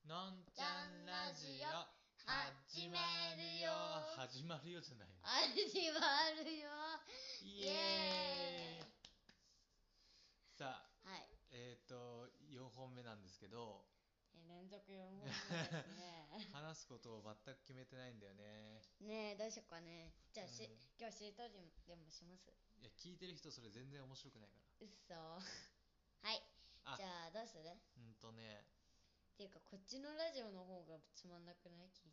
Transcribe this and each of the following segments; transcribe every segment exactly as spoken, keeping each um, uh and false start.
のんちゃんラジオ始まるよ。始まるよじゃないの。 始まるよ。 イエーイ。さあ、 はい。 えっ、ー、とよんほんめなんですけど、 え連続よんほんめですね。 話すことを全く決めてないんだよね。 ねえ、どうしようかね。じゃあし、 うん、 今日しりとりでもします。 いや聞いてる人それ全然面白くないから。 うっそはい。じゃあどうする？ うんとねっていうかこっちのラジオの方がつまんなくない？聞いてる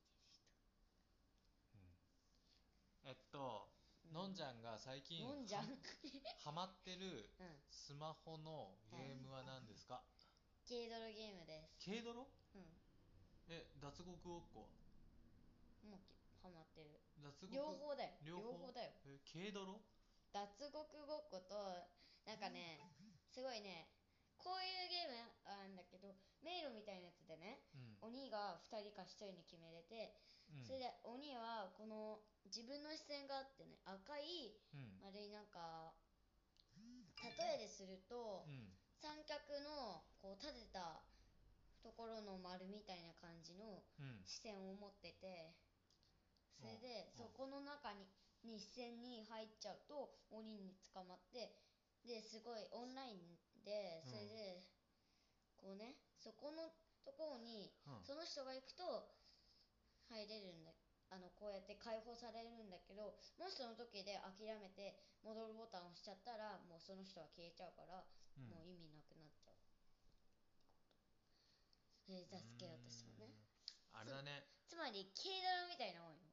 うん、えっと、 人、 のんちゃんが最近のんじゃんハマってるうん、 スマホのゲームは何ですか？ 軽泥ゲームです。 軽泥？ うん。 え、脱獄ごっこ？ もうハマってる。 脱獄両方だよ。 両方両方だよ。 え、軽泥？ 脱獄ごっことなんかね、すごいね、こういうゲームあるんだけど、迷路みたいなやつでね、 うん、 鬼がふたりかひとりに決めれて、 うん、 それで鬼はこの自分の視線があってね、赤いうん、 丸いなんか、例えでするとうん、 三脚のこう立てたところの丸みたいな感じのうん、 視線を持ってて、それでうん、 そこの中にに視線に入っちゃうと鬼に捕まって、ですごいオンラインで、それでこうね、そこのところにうん、 その人が行くと入れるんだ、あのこうやって解放されるんだけど、もしその時で諦めて戻るボタンを押しちゃったらもうその人は消えちゃうから、 うん、 もう意味なくなっちゃう。それで助けようとしてもね、 あれだね。 つ, つまり軽泥みたいなもんよ。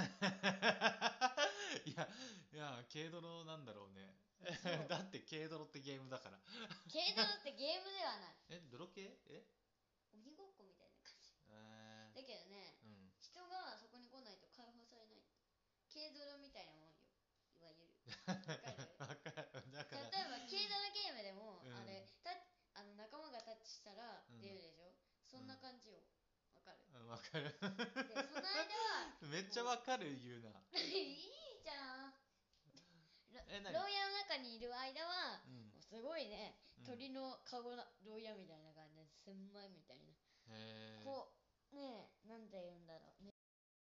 いやいや軽泥なんだろうね。だって軽泥ってゲームだから。 軽泥ってゲームではない。 え、泥系？え、 鬼ごっこみたいな感じ。 えー、 だけどね、 うん、 人がそこに来ないと解放されない。軽泥みたいなもんよ、いわゆる。わかる？ わかる。だから例えば軽泥ゲームでも、 うん、 あれタあの仲間がタッチしたらうん、 出るでしょ、そんな感じよ。わかる？ うん、わかる。 でその間はめっちゃわかる言うな。 いいじゃん。 え、何？ 牢屋の中にいる間は、 うん、 もうすごいね、 うん、 鳥の籠の牢屋みたいな感じで狭いみたいな、 へー、 こうねえ、なんて言うんだろうね、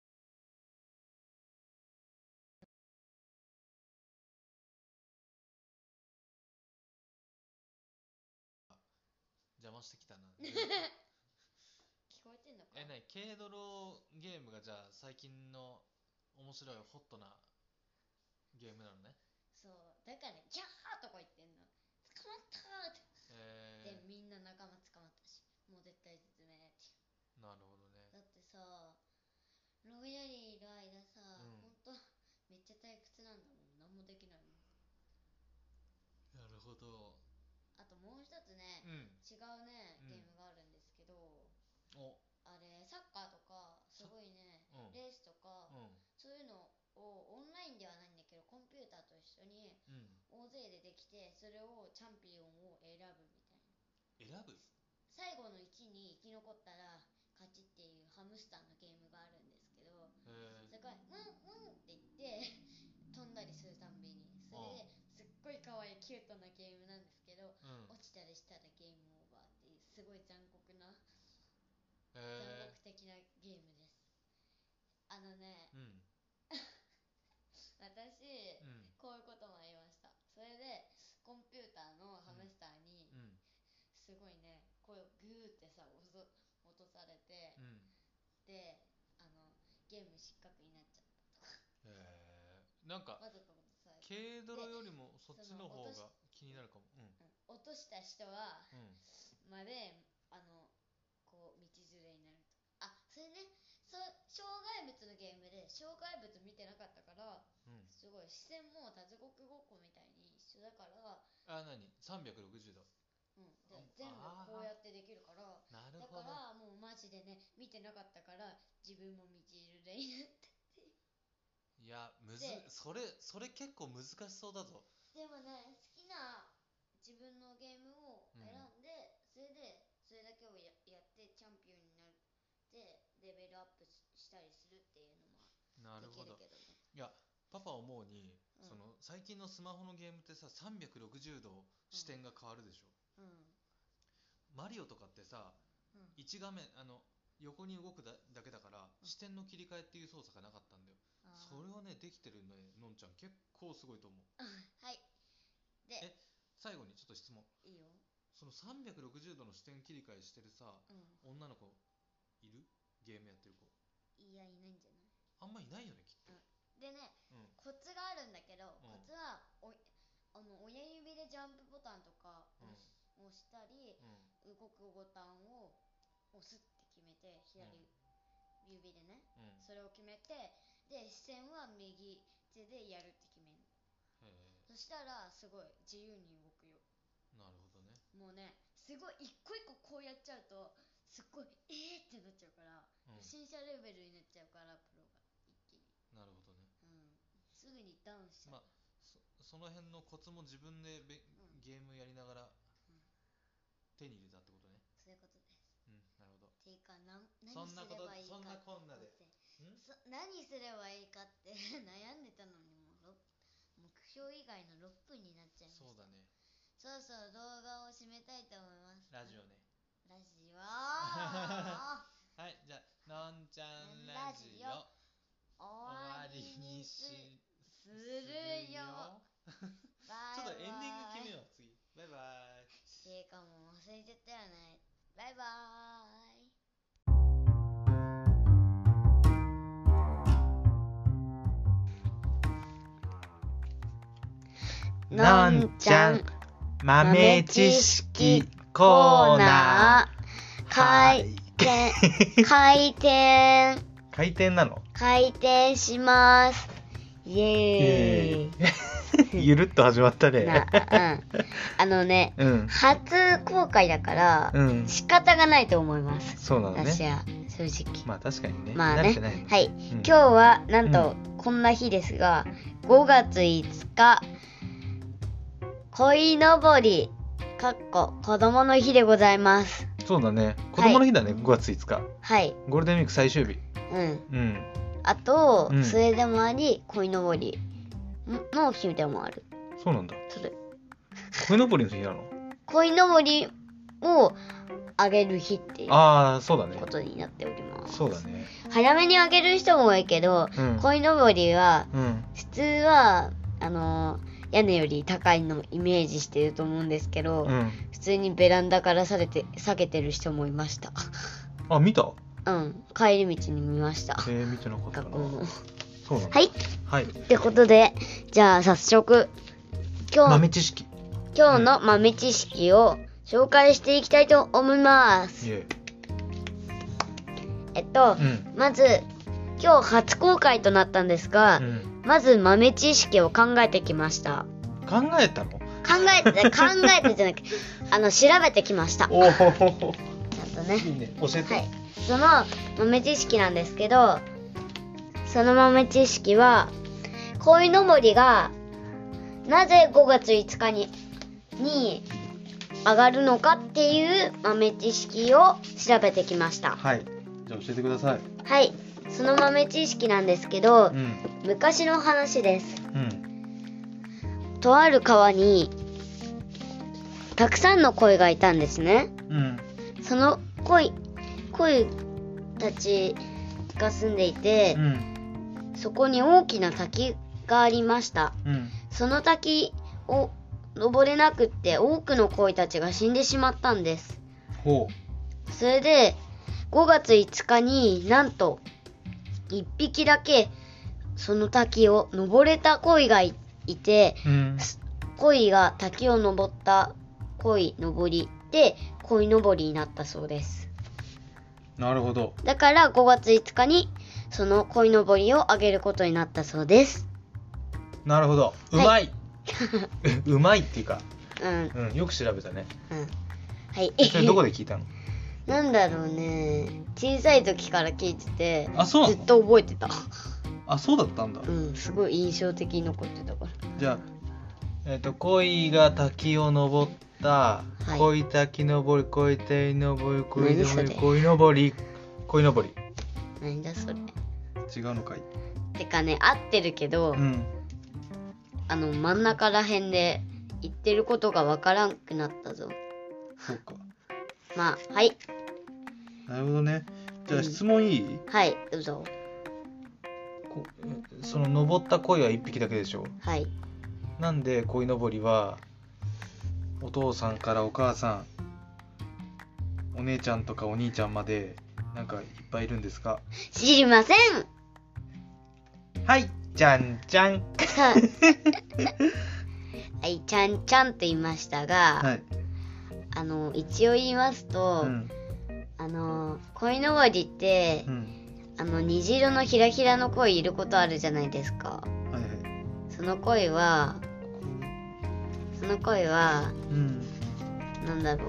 邪魔してきたな。 聞こえてんのか？ え、なに、軽泥ゲームがじゃあ最近の面白いホットなゲームなのね。 そうだからね、キャーとか言ってんの、捕まったーって、 えでみんな仲間捕まったし、もう絶対説明ってー、なるほどね。 だってさ、牢屋にいる間さ、 うん、 ほんとめっちゃ退屈なんだもん、何もできないもん。 なるほど。 あともう一つね、 うん、 違うね、 うん、 ゲームがあるんですけど、 お、 あれサッカーとかすさ、 ごいね、 うん、 レースとかうん、 そういうのをオンラインではないんだけど、コンピューターと一緒にうん、 大勢でできて、それをチャンピオンを選ぶみたいな、 選ぶ？ 最後のいちに生き残ったら勝ちっていうハムスターのゲームがあるんですけど、 へー、 それから「うんうん」って言って飛んだりするたんびに、それですっごい可愛いキュートなゲームなんですけど、 うん、 落ちたりしたらゲームオーバーっていうすごい残酷なへ残ー、 酷的なゲームです。あのね、 うん、 私うん、 こういうこともありました。それでコンピューターのハムスターにうん、 すごいね、声をグーってさ落と落とされて、 うん、 であのゲーム失格になっちゃったとか、 へー、なんかわざと落とされて、 軽泥でよりもそっそちの方がの落とし、 気になるかも。うん、 うん、落とした人はうん、 まであのこう道連れになると。あ、それね、そ障害物のゲームで障害物見てなかったから、 うん、 すごい視線も脱獄ごっこみたいに一緒だから、 あ、なにさんびゃくろくじゅうど？ うん、 あで全部こうやってできるから、 あ、なるだほど。 からもうマジでね、見てなかったから自分も道連れになっていや、むず、 でそれ、それ結構難しそうだぞ。 でもね、好きな自分のゲームをうん。 選んで、それでそれだけを や, やってチャンピオンになってレベルアップしたりするっていうのもでなるほど。 きるけどね。 いや、パパ思うに、 うんその、最近のスマホのゲームってさ、さんびゃくろくじゅうど視点が変わるでしょ。 うんマリオとかってさ、 うんいち画面、あの、 横に動くだだけだから、視点の切り替えっていう操作がなかったんだよ。 あーそれはねできてるね、のんちゃん結構すごいと思う。 はいでえ最後にちょっと質問。 いいよ。 そのさんびゃくろくじゅうどの視点切り替えしてるさ、 うん女の子いる？ゲームやってる子いやいないんじゃない。 あんまいないよねきっと。 でねうんコツがあるんだけど、 うんコツはおあの親指でジャンプボタンとかうん押し押したりうん動くボタンを押すって決めて、左指でねうんそれを決めて、で視線は右手でやるって決める。 へえ、 そしたらすごい自由に動くよ。 なるほどね。 もうねすごい一個一個こうやっちゃうとすっごいえーってなっちゃうから、 うん不審者レベルになっちゃうからプロが一気に、 なるほどね。 うん、すぐにダウンしちゃう。 まあそその辺のコツも自分でべ、 うんゲームやりながらん手に入れたってことね。 そういうことです。 うん、なるほど。 ていうかなんそ何すんなことればいいかそんなこんなでってんそ何すればいいかって悩んでたのにもうろく目標以外のろっぷんになっちゃいました。 そうだね。 そろそろ動画を締めたいと思います。 ラジオね。 ラジオははい、じゃあのんちゃんラジオ終終わわりりにすにしするよ。バイバイ。 ちょっとエンディング決めよう次。バイバイ。 ていうかもう忘れてたよね。バイバーイ。 のんちゃん豆知識コーナー。 回転回転回転なの？ 回転します。イエーイ。 ゆるっと始まったね。 な、うん、あのね、 うん。 初公開だから、 うん。 仕方がないと思います。 そうなのね。 私は正直。 まあ確かにね。 まあね慣れてない。 はい。 うん今日はなんとこんな日ですが、ごがついつか、鯉のぼり、かっこ子供の日でございます。 そうだね。子供の日だね。ごがついつか。 はい。 ゴールデンウィーク最終日。 うん。 うん。 あと、 うんそれでもあり、鯉のぼりの日でもある。 そうなんだ。 それ鯉のぼりの日なの？ 鯉のぼりをあげる日っていうああ、そうだねこ。とになっております。 そうだね。 早めにあげる人も多いけど、 うん。 鯉のぼりはうん。 普通はあのー屋根より高いのをイメージしてると思うんですけど、 うん。 普通にベランダからされて下げてる人もいました。 あ、見た？ うん、帰り道に見ました。 えー、見てなかったな。 学校の。 そうなんだ。 はい。 はい。 ってことで、じゃあ早速今日豆知識。 今日の豆知識を紹介していきたいと思います。 イエえっと、 ー。うん。 まず今日初公開となったんですが、 うん。 まず豆知識を考えてきました。 考えたの？ 考えて考えてじゃなくてあの調べてきました。ちおお。 ゃんとね。 いいね。教えて。 はい。その豆知識なんですけど、その豆知識は鯉のぼりがなぜごがついつかにに上がるのかっていう豆知識を調べてきました。 はい。じゃあ教えてください。 はい。その豆知識なんですけど、 うん。 昔の話です。 うん。 とある川にたくさんの鯉がいたんですね。 うん。 その鯉鯉たちが住んでいてう、ん。 そこに大きな滝がありました。 うん。 その滝を登れなくって多くの鯉たちが死んでしまったんです。 ほそれでごがついつかになんといっぴきだけその滝を登れた鯉が い, いて、 う。うん。 鯉が滝を登った鯉登りで鯉のぼりになったそうです。 なるほど。 だからごがついつかにその鯉のぼりをあげることになったそうです。 なるほど。うまい。うまいっていうか、 うんうん。 うん、よく調べたね。 はい。 それどこで聞いたの？ なんだろうね。小さい時から聞いてて、 あ、そうなの？ ずっと覚えてた。 あ、そうだったんだ。 うん、すごい印象的に残ってたから。 じゃあ、えっと、鯉が滝を登った、 い鯉滝登り、鯉滝登り、鯉何それ登り、鯉登り、鯉登り。 なんだそれ。 違うのかい？ てかね、合ってるけど、 うん。 あの真ん中らへんで言ってることがわからんくなったぞ。 そうか。 まあ、はい。 なるほどね。 じゃあ質問いい？ はいどうぞ。 こその登った鯉はいっぴきだけでしょ。 はい。 なんで鯉のぼりはお父さんからお母さん、お姉ちゃんとかお兄ちゃんまでなんかいっぱいいるんですか？ 知りません。 はい、じゃんじゃん。 はいちゃんちゃんと言いましたが、 はい。 あの一応言いますと、 うんあの鯉のぼりって、 うん。 あの虹色のひらひらの鯉いることあるじゃないですか。 はいはい。 その鯉はその鯉はうん。 なんだろ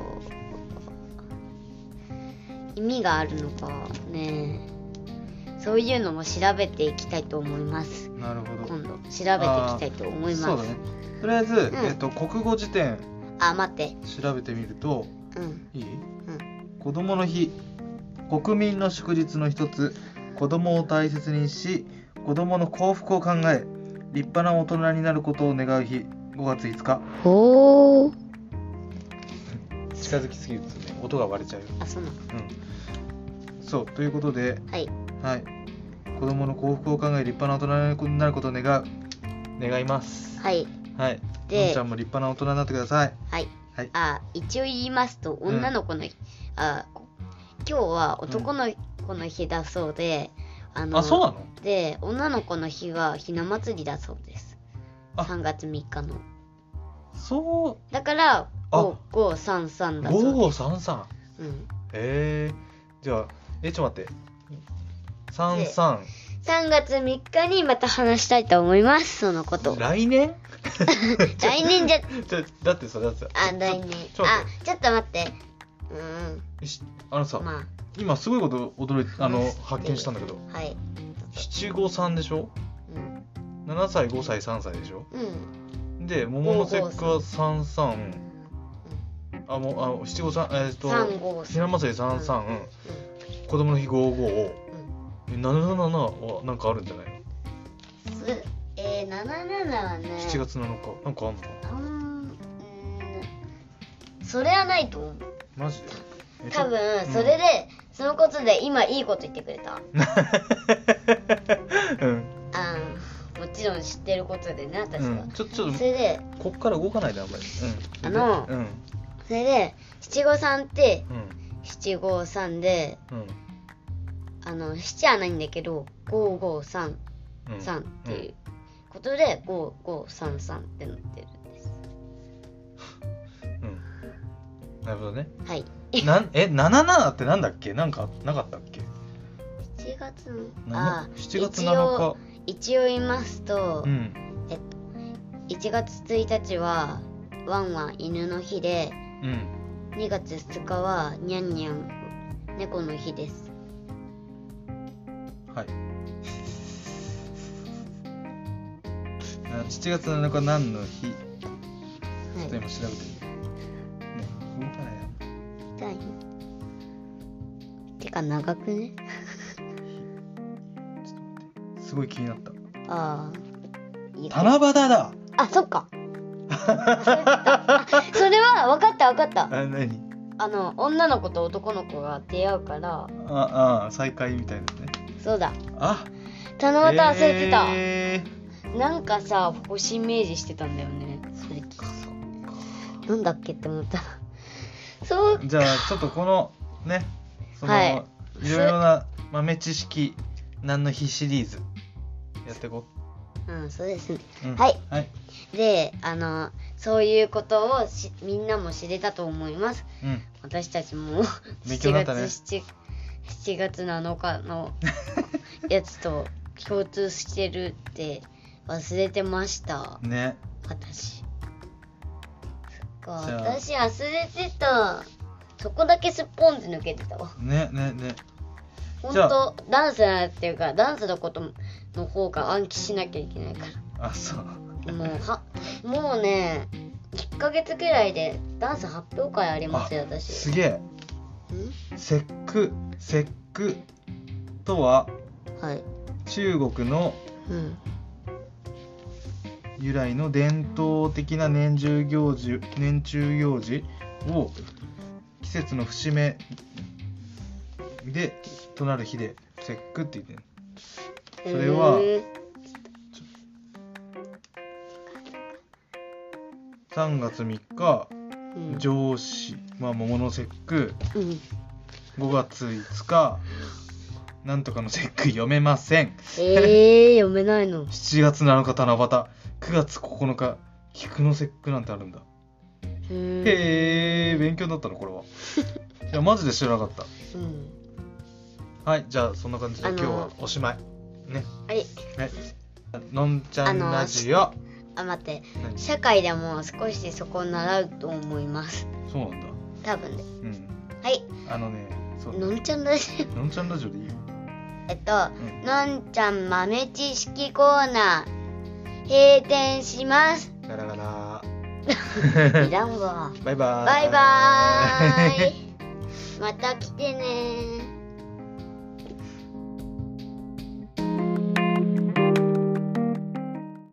う、意味があるのかね。そういうのも調べていきたいと思います。 なるほど。 今度調べていきたいと思います。 そうだね。とりあえず、 んえっと国語辞典あ待って調べてみると、 うんいい？ うん子供の日、国民の祝日の一つ、子供を大切にし、子供の幸福を考え、立派な大人になることを願う日、ごがついつか。 ほー。 近づきすぎるとね、音が割れちゃうよ。 あそうなの。 うん。そう、ということで、 はいはい。子供の幸福を考え、立派な大人になることを願う、願います。 はいはい。 でのんちゃんも立派な大人になってください。 はいはい。 あ一応言いますと女の子の日、あこ今日は男の子の日だそうで、あのあ、そうなの？ で女の子の日はひな祭りだそうです。 あさんがつみっかのそうだからあごごさんさんだそうです。 ごごさんさん。 うん、 へえ。じゃあ、え、ちょっと待って。さんさん。 さんがつみっかにまた話したいと思います。そのこと来年来年じゃじゃだってさ、だってさ。 あ来年ちょあちょっと待ってうしあのさ、 んま今すごいこと驚いて、あの話して発見したんだけど、 あはい七五三でしょ？ うんななさい、ごさい、さんさいでしょ？ うんで、桃の節句はさんさん。あ、もう、あ、七五三、えっと、 さんごひな祭りさんさん、 うん子供の日ごご、 うんえななななはなんかあるんじゃないの？ すえー、ななななはねしちがつなのか、なんかあんの？ あんうんそれはないと思う。 マジで？え多分ちょそれで、そのことで今いいこと言ってくれた。 うん。 あーもちろん知ってることでね私は、 うん、ちょちょっとそれでこっから動かないであんまり。うん。 あのうんそれで七五三ってうん七五三でうんあの七はないんだけど五五三うん三っていうことで五五三三ってなってるんです。 うんうん。なるほどね。 はい。 なんえななななってなんだっけ？なんかなかったっけ？ しちがつのなあしちがつなのか。 一応言いますと、 うんえっといちがつついたちはワンワン犬の日でうん。 にがつふつかはニャンニャン猫の日です。 はい。あしちがつなのか何の日？ちょっとはい。 今調べてみる。もう動かないや。 痛いてか長くね。 ちょっと待って。すごい気になった。 ああいいか七夕だ。 あそっかあそれは分かった分かったあ、何？ あの女の子と男の子が出会うからああ、再会みたいなね。 そうだあ、 七夕忘れてた、 えなんかさ星イメージしてたんだよねそれ聞いてなんだっけって思ったそうー、じゃあちょっとこのね、その、 はいいろいろな豆知識何の日シリーズやっていこうんそうですね、 う。うんはいはい。 であのそういうことをしみんなも知れたと思います。 うん。 私たちも勉強になったねしちがつなのかのやつと共通してるって忘れてましたね。 私。そっかじゃあ私忘れてた。そこだけすっぽんって抜けてたわ。 ねねね。 ほんじゃあとダンスなんていうかダンスのことの方が暗記しなきゃいけないかあ、そう。 ら。もうはもうねいっかげつくらいでダンス発表会ありますよ私。 すげえ。 ん節句節句とははい。 中国のうん。 由来の伝統的な年中行事年中行事を季節の節目でとなる日で節句って言ってる。それはへーさんがつみっかうん上司、まあ桃の節句。 うんごがついつかなんとかの節句読めません。 えー、読めないの。 しちがつなのか七夕、くがつここのか菊の節句なんてあるんだ。 うーんへえ、勉強になったのこれは。いやマジで知らなかった。 うんはい、じゃあそんな感じであの今日はおしまいね。 はいはい、のんちゃんラジオ。 あ待って何社会でも少しそこを習うと思います。 そうなんだ。 多分ね。 うん。 はいあのね、そうのんちゃんラジオのんちゃんラジオでいいよ。 えっと、 うんのんちゃん豆知識コーナー閉店します。 ガラガラ。 いらんわ。 バイバーイ。 バイバーイ。また来てねー。